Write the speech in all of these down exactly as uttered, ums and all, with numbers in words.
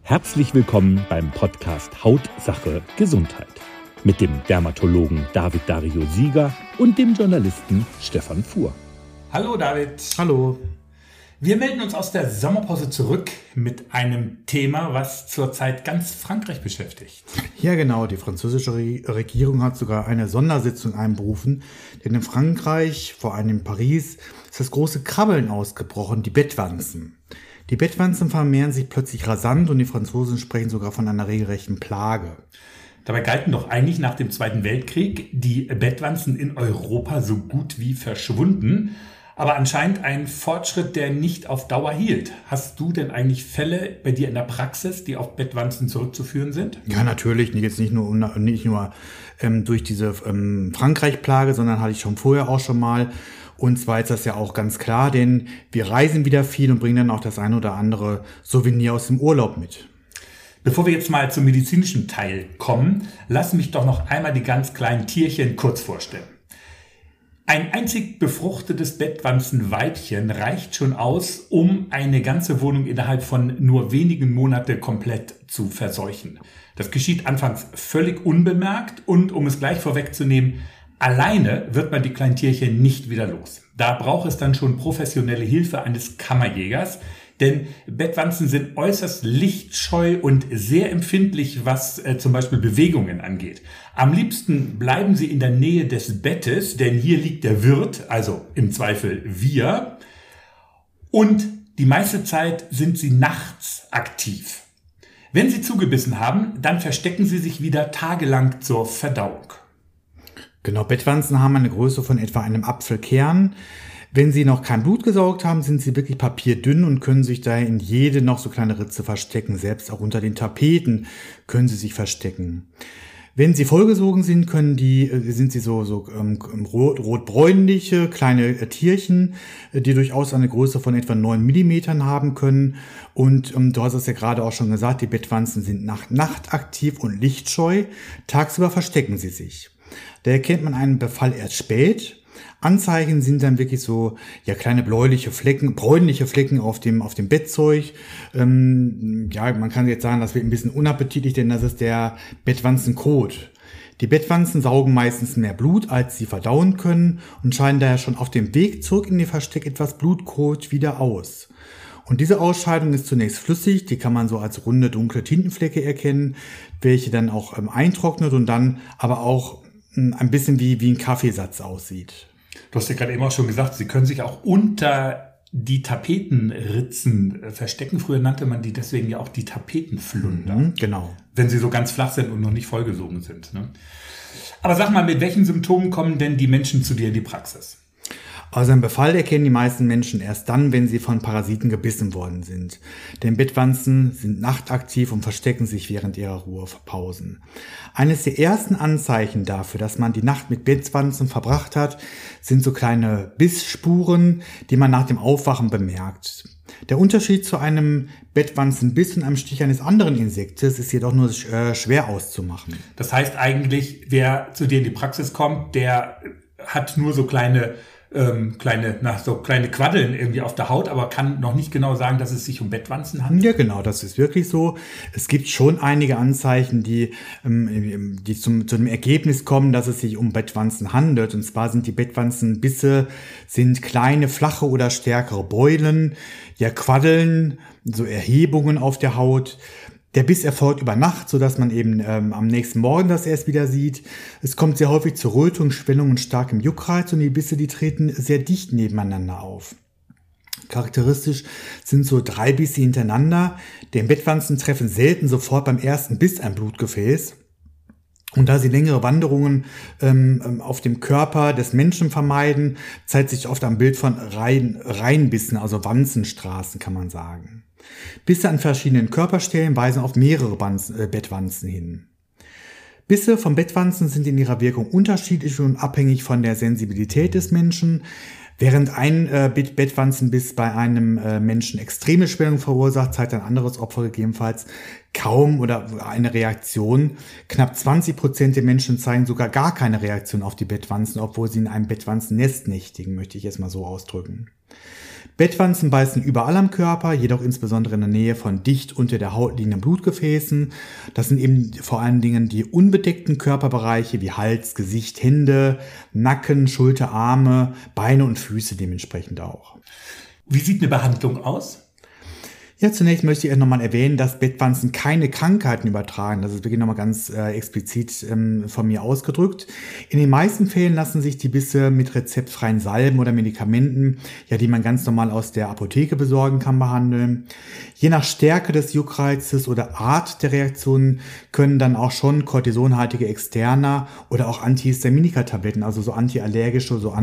Herzlich willkommen beim Podcast Hautsache Gesundheit mit dem Dermatologen David Dario Sieger und dem Journalisten Stefan Fuhr. Hallo David. Hallo. Wir melden uns aus der Sommerpause zurück mit einem Thema, was zurzeit ganz Frankreich beschäftigt. Ja genau, die französische Regierung hat sogar eine Sondersitzung einberufen, denn in Frankreich, vor allem in Paris, ist das große Krabbeln ausgebrochen, die Bettwanzen. Die Bettwanzen vermehren sich plötzlich rasant und die Franzosen sprechen sogar von einer regelrechten Plage. Dabei galten doch eigentlich nach dem Zweiten Weltkrieg die Bettwanzen in Europa so gut wie verschwunden. Aber anscheinend ein Fortschritt, der nicht auf Dauer hielt. Hast du denn eigentlich Fälle bei dir in der Praxis, die auf Bettwanzen zurückzuführen sind? Ja, natürlich. Jetzt nicht nur, nicht nur ähm, durch diese ähm, Frankreich-Plage, sondern hatte ich schon vorher auch schon mal. Und zwar ist das ja auch ganz klar, denn wir reisen wieder viel und bringen dann auch das ein oder andere Souvenir aus dem Urlaub mit. Bevor wir jetzt mal zum medizinischen Teil kommen, lass mich doch noch einmal die ganz kleinen Tierchen kurz vorstellen. Ein einzig befruchtetes Bettwanzenweibchen reicht schon aus, um eine ganze Wohnung innerhalb von nur wenigen Monaten komplett zu verseuchen. Das geschieht anfangs völlig unbemerkt und, um es gleich vorwegzunehmen, alleine wird man die kleinen Tierchen nicht wieder los. Da braucht es dann schon professionelle Hilfe eines Kammerjägers, denn Bettwanzen sind äußerst lichtscheu und sehr empfindlich, was äh, zum Beispiel Bewegungen angeht. Am liebsten bleiben sie in der Nähe des Bettes, denn hier liegt der Wirt, also im Zweifel wir. Und die meiste Zeit sind sie nachts aktiv. Wenn sie zugebissen haben, dann verstecken sie sich wieder tagelang zur Verdauung. Genau, Bettwanzen haben eine Größe von etwa einem Apfelkern. Wenn sie noch kein Blut gesaugt haben, sind sie wirklich papierdünn und können sich daher in jede noch so kleine Ritze verstecken. Selbst auch unter den Tapeten können sie sich verstecken. Wenn sie vollgesogen sind, können die, sind sie so, so ähm, rot, rotbräunliche kleine äh, Tierchen, äh, die durchaus eine Größe von etwa neun Millimetern haben können. Und ähm, du hast es ja gerade auch schon gesagt, die Bettwanzen sind nach, nachtaktiv und lichtscheu. Tagsüber verstecken sie sich. Da erkennt man einen Befall erst spät. Anzeichen sind dann wirklich so, ja, kleine bläuliche Flecken, bräunliche Flecken auf dem, auf dem Bettzeug. Ähm, ja, man kann jetzt sagen, das wird ein bisschen unappetitlich, denn das ist der Bettwanzenkot. Die Bettwanzen saugen meistens mehr Blut, als sie verdauen können und scheiden daher schon auf dem Weg zurück in ihr Versteck etwas Blutkot wieder aus. Und diese Ausscheidung ist zunächst flüssig, die kann man so als runde, dunkle Tintenflecke erkennen, welche dann auch ähm, eintrocknet und dann aber auch ein bisschen wie, wie ein Kaffeesatz aussieht. Du hast ja gerade eben auch schon gesagt, sie können sich auch unter die Tapetenritzen verstecken. Früher nannte man die deswegen ja auch die Tapetenflunder. Mhm, genau. Wenn sie so ganz flach sind und noch nicht vollgesogen sind. Ne? Aber sag mal, mit welchen Symptomen kommen denn die Menschen zu dir in die Praxis? Also einen Befall erkennen die meisten Menschen erst dann, wenn sie von Parasiten gebissen worden sind. Denn Bettwanzen sind nachtaktiv und verstecken sich während ihrer Ruhepausen. Eines der ersten Anzeichen dafür, dass man die Nacht mit Bettwanzen verbracht hat, sind so kleine Bissspuren, die man nach dem Aufwachen bemerkt. Der Unterschied zu einem Bettwanzenbiss und einem Stich eines anderen Insektes ist jedoch nur äh, schwer auszumachen. Das heißt eigentlich, wer zu dir in die Praxis kommt, der hat nur so kleine Ähm, kleine, na, so kleine Quaddeln irgendwie auf der Haut, aber kann noch nicht genau sagen, dass es sich um Bettwanzen handelt. Ja, genau, das ist wirklich so. Es gibt schon einige Anzeichen, die, ähm, die zum, zu dem Ergebnis kommen, dass es sich um Bettwanzen handelt. Und zwar sind die Bettwanzenbisse sind kleine, flache oder stärkere Beulen, ja Quaddeln, so Erhebungen auf der Haut. Der Biss erfolgt über Nacht, sodass man eben ähm, am nächsten Morgen das erst wieder sieht. Es kommt sehr häufig zu Rötung, Schwellung und starkem Juckreiz und die Bisse, die treten sehr dicht nebeneinander auf. Charakteristisch sind so drei Bisse hintereinander. Den Bettwanzen treffen selten sofort beim ersten Biss ein Blutgefäß. Und da sie längere Wanderungen ähm, auf dem Körper des Menschen vermeiden, zeigt sich oft am Bild von Reihen, Reihenbissen, also Wanzenstraßen, kann man sagen. Bisse an verschiedenen Körperstellen weisen auf mehrere Wanzen, äh, Bettwanzen hin. Bisse von Bettwanzen sind in ihrer Wirkung unterschiedlich und abhängig von der Sensibilität des Menschen. Während ein äh, Bettwanzenbiss bei einem äh, Menschen extreme Schwellung verursacht, zeigt ein anderes Opfer gegebenenfalls kaum oder eine Reaktion. Knapp zwanzig Prozent der Menschen zeigen sogar gar keine Reaktion auf die Bettwanzen, obwohl sie in einem Bettwanzennest nächtigen, möchte ich jetzt mal so ausdrücken. Bettwanzen beißen überall am Körper, jedoch insbesondere in der Nähe von dicht unter der Haut liegenden Blutgefäßen. Das sind eben vor allen Dingen die unbedeckten Körperbereiche wie Hals, Gesicht, Hände, Nacken, Schulter, Arme, Beine und Füße dementsprechend auch. Wie sieht eine Behandlung aus? Ja, zunächst möchte ich nochmal erwähnen, dass Bettwanzen keine Krankheiten übertragen. Das ist wirklich nochmal ganz äh, explizit ähm, von mir ausgedrückt. In den meisten Fällen lassen sich die Bisse mit rezeptfreien Salben oder Medikamenten, ja, die man ganz normal aus der Apotheke besorgen kann, behandeln. Je nach Stärke des Juckreizes oder Art der Reaktionen können dann auch schon kortisonhaltige Externa oder auch Antihistaminika-Tabletten, also so antiallergische, so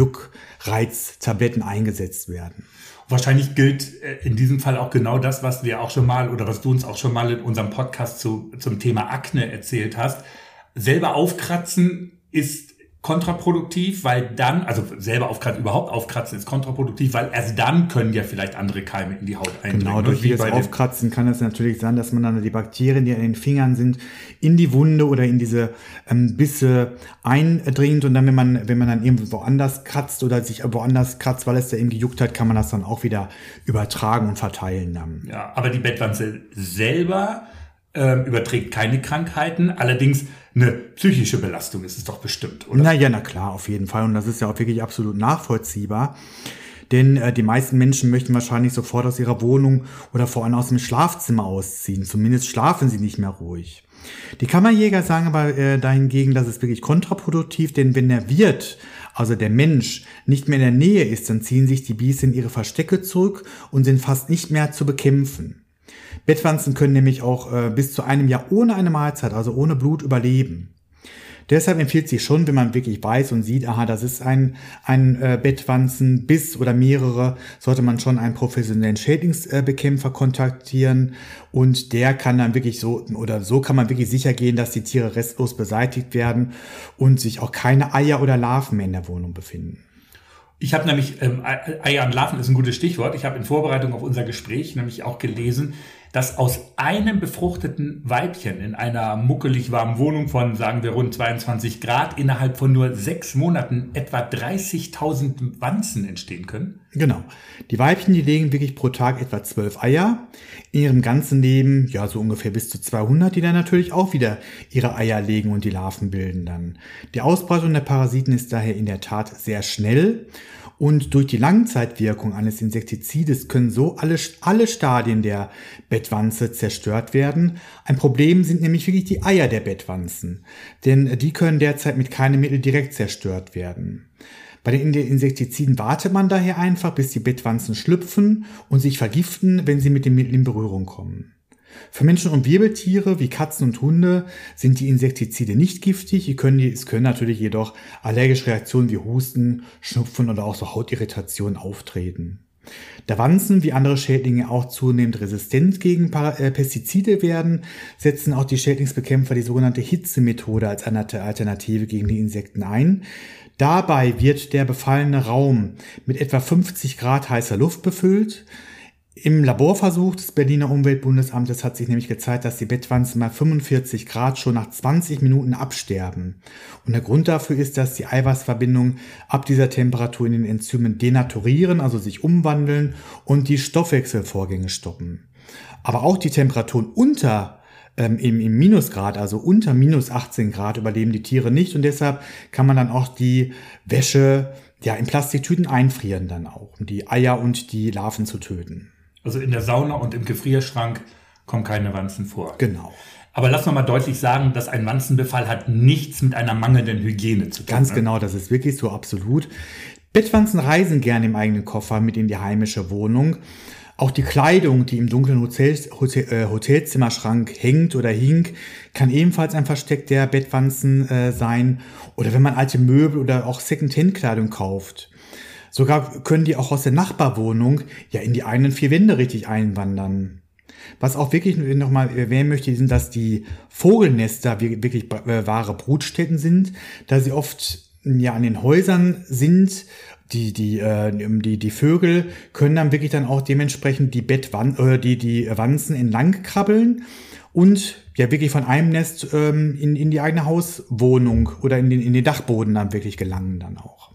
Anti-Juckreiz-Tabletten eingesetzt werden. Wahrscheinlich gilt in diesem Fall auch genau das, was wir auch schon mal oder was du uns auch schon mal in unserem Podcast zu, zum Thema Akne erzählt hast. Selber aufkratzen ist kontraproduktiv, weil dann, also selber aufkratzen, überhaupt aufkratzen ist kontraproduktiv, weil erst dann können ja vielleicht andere Keime in die Haut eindringen. Genau, durch das Aufkratzen kann es natürlich sein, dass man dann die Bakterien, die an den Fingern sind, in die Wunde oder in diese ähm, Bisse eindringt und dann, wenn man, wenn man dann irgendwo woanders kratzt oder sich woanders kratzt, weil es da eben gejuckt hat, kann man das dann auch wieder übertragen und verteilen dann. Ja, aber die Bettwanze selber ähm, überträgt keine Krankheiten, allerdings eine psychische Belastung ist es doch bestimmt, oder? Na ja, na klar, auf jeden Fall. Und das ist ja auch wirklich absolut nachvollziehbar. Denn äh, die meisten Menschen möchten wahrscheinlich sofort aus ihrer Wohnung oder vor allem aus dem Schlafzimmer ausziehen. Zumindest schlafen sie nicht mehr ruhig. Die Kammerjäger sagen aber äh, dahingegen, das ist wirklich kontraproduktiv, denn wenn der Wirt, also der Mensch, nicht mehr in der Nähe ist, dann ziehen sich die Biester in ihre Verstecke zurück und sind fast nicht mehr zu bekämpfen. Bettwanzen können nämlich auch äh, bis zu einem Jahr ohne eine Mahlzeit, also ohne Blut, überleben. Deshalb empfiehlt sich schon, wenn man wirklich weiß und sieht, aha, das ist ein, ein äh, Bettwanzenbiss oder mehrere, sollte man schon einen professionellen Schädlingsbekämpfer äh, kontaktieren und der kann dann wirklich so, oder so kann man wirklich sicher gehen, dass die Tiere restlos beseitigt werden und sich auch keine Eier oder Larven mehr in der Wohnung befinden. Ich habe nämlich, ähm, Eier und Larven ist ein gutes Stichwort, ich habe in Vorbereitung auf unser Gespräch nämlich auch gelesen, dass aus einem befruchteten Weibchen in einer muckelig warmen Wohnung von, sagen wir, rund zweiundzwanzig Grad innerhalb von nur sechs Monaten etwa dreißigtausend Wanzen entstehen können. Genau. Die Weibchen, die legen wirklich pro Tag etwa zwölf Eier. In ihrem ganzen Leben, ja, so ungefähr bis zu zweihundert, die dann natürlich auch wieder ihre Eier legen und die Larven bilden dann. Die Ausbreitung der Parasiten ist daher in der Tat sehr schnell. Und durch die Langzeitwirkung eines Insektizides können so alle, alle Stadien der Bettwanze zerstört werden. Ein Problem sind nämlich wirklich die Eier der Bettwanzen, denn die können derzeit mit keinem Mittel direkt zerstört werden. Bei den Insektiziden wartet man daher einfach, bis die Bettwanzen schlüpfen und sich vergiften, wenn sie mit dem Mittel in Berührung kommen. Für Menschen und Wirbeltiere wie Katzen und Hunde sind die Insektizide nicht giftig. Es können, es können natürlich jedoch allergische Reaktionen wie Husten, Schnupfen oder auch so Hautirritationen auftreten. Da Wanzen wie andere Schädlinge auch zunehmend resistent gegen Pestizide werden, setzen auch die Schädlingsbekämpfer die sogenannte Hitzemethode als eine Alternative gegen die Insekten ein. Dabei wird der befallene Raum mit etwa fünfzig Grad heißer Luft befüllt. Im Laborversuch des Berliner Umweltbundesamtes hat sich nämlich gezeigt, dass die Bettwanzen bei fünfundvierzig Grad schon nach zwanzig Minuten absterben. Und der Grund dafür ist, dass die Eiweißverbindungen ab dieser Temperatur in den Enzymen denaturieren, also sich umwandeln und die Stoffwechselvorgänge stoppen. Aber auch die Temperaturen unter ähm, im, im Minusgrad, also unter minus achtzehn Grad, überleben die Tiere nicht und deshalb kann man dann auch die Wäsche ja in Plastiktüten einfrieren dann auch, um die Eier und die Larven zu töten. Also in der Sauna und im Gefrierschrank kommen keine Wanzen vor. Genau. Aber lass noch mal deutlich sagen, dass ein Wanzenbefall hat nichts mit einer mangelnden Hygiene zu tun. Ganz ne? genau, das ist wirklich so absolut. Bettwanzen reisen gerne im eigenen Koffer mit in die heimische Wohnung. Auch die Kleidung, die im dunklen Hotel, Hotel, äh, Hotelzimmerschrank hängt oder hing, kann ebenfalls ein Versteck der Bettwanzen äh, sein. Oder wenn man alte Möbel oder auch Second-Hand-Kleidung kauft. Sogar können die auch aus der Nachbarwohnung ja in die eigenen vier Wände richtig einwandern. Was auch wirklich nochmal erwähnen möchte, sind, dass die Vogelnester wirklich wahre Brutstätten sind, da sie oft ja an den Häusern sind. Die, die, äh, die, die Vögel können dann wirklich dann auch dementsprechend die Bettwan äh, die, die Wanzen entlang krabbeln und ja wirklich von einem Nest ähm, in, in die eigene Hauswohnung oder in den, in den Dachboden dann wirklich gelangen dann auch.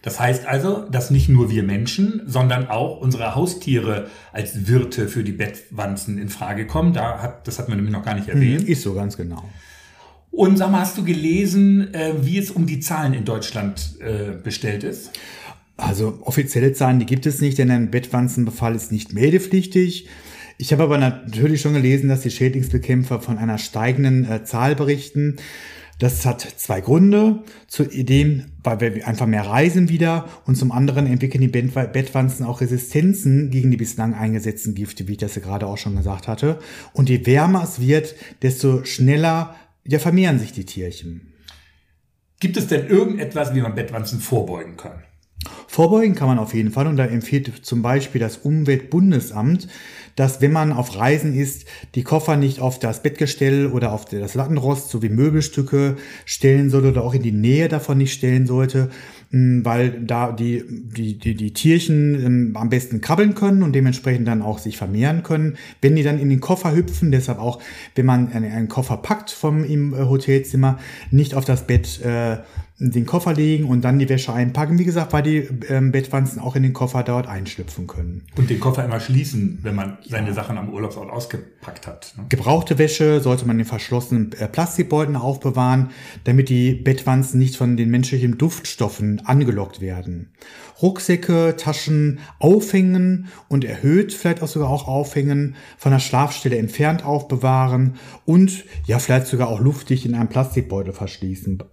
Das heißt also, dass nicht nur wir Menschen, sondern auch unsere Haustiere als Wirte für die Bettwanzen in Frage kommen. Da hat, das hat man nämlich noch gar nicht erwähnt. Ist so, ganz genau. Und sag mal, hast du gelesen, äh, wie es um die Zahlen in Deutschland äh, bestellt ist? Also offizielle Zahlen, die gibt es nicht, denn ein Bettwanzenbefall ist nicht meldepflichtig. Ich habe aber natürlich schon gelesen, dass die Schädlingsbekämpfer von einer steigenden äh, Zahl berichten. Das hat zwei Gründe. Zu dem, weil wir einfach mehr reisen wieder, und zum anderen entwickeln die Bettwanzen auch Resistenzen gegen die bislang eingesetzten Gifte, wie ich das ja gerade auch schon gesagt hatte. Und je wärmer es wird, desto schneller ja, vermehren sich die Tierchen. Gibt es denn irgendetwas, wie man Bettwanzen vorbeugen kann? Vorbeugen kann man auf jeden Fall, und da empfiehlt zum Beispiel das Umweltbundesamt, dass, wenn man auf Reisen ist, die Koffer nicht auf das Bettgestell oder auf das Lattenrost sowie Möbelstücke stellen sollte oder auch in die Nähe davon nicht stellen sollte, weil da die, die, die, die Tierchen am besten krabbeln können und dementsprechend dann auch sich vermehren können, wenn die dann in den Koffer hüpfen. Deshalb auch, wenn man einen Koffer packt vom im Hotelzimmer, nicht auf das Bett äh, den Koffer legen und dann die Wäsche einpacken. Wie gesagt, weil die ähm, Bettwanzen auch in den Koffer dort einschlüpfen können. Und den Koffer immer schließen, wenn man seine ja. Sachen am Urlaubsort ausgepackt hat. Ne? Gebrauchte Wäsche sollte man in verschlossenen äh, Plastikbeuteln aufbewahren, damit die Bettwanzen nicht von den menschlichen Duftstoffen angelockt werden. Rucksäcke, Taschen aufhängen und erhöht vielleicht auch sogar auch aufhängen, von der Schlafstelle entfernt aufbewahren und ja vielleicht sogar auch luftdicht in einem Plastikbeutel verschließen.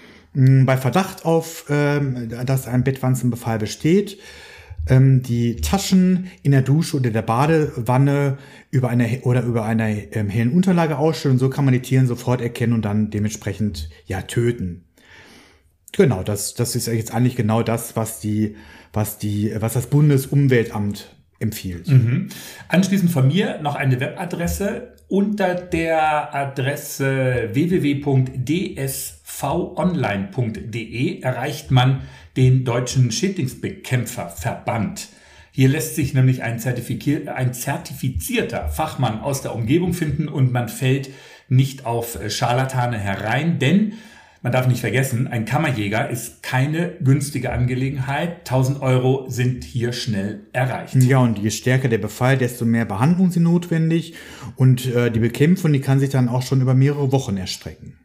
Bei Verdacht auf, ähm, dass ein Bettwanzenbefall besteht, ähm, die Taschen in der Dusche oder der Badewanne über eine oder über eine ähm, hellen Unterlage ausstellen. So kann man die Tiere sofort erkennen und dann dementsprechend ja töten. Genau, das das ist jetzt eigentlich genau das, was die was die was das Bundesumweltamt empfiehlt. Mhm. Anschließend von mir noch eine Webadresse. Unter der Adresse w w w punkt d s v online punkt d e erreicht man den Deutschen Schädlingsbekämpferverband. Hier lässt sich nämlich ein, Zertifizier- ein zertifizierter Fachmann aus der Umgebung finden und man fällt nicht auf Scharlatane herein, denn man darf nicht vergessen, ein Kammerjäger ist keine günstige Angelegenheit. tausend Euro sind hier schnell erreicht. Ja, und je stärker der Befall, desto mehr Behandlung sind notwendig. Und äh, die Bekämpfung, die kann sich dann auch schon über mehrere Wochen erstrecken.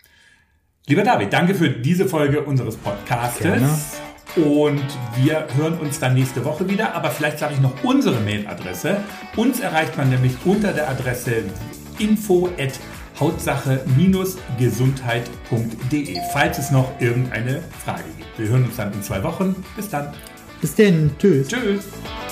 Lieber David, danke für diese Folge unseres Podcastes. Gerne. Und wir hören uns dann nächste Woche wieder. Aber vielleicht sage ich noch unsere Mailadresse. Uns erreicht man nämlich unter der Adresse info at hautsache Gesundheit punkt d e, falls es noch irgendeine Frage gibt. Wir hören uns dann in zwei Wochen. Bis dann. Bis denn. Tschüss. Tschüss.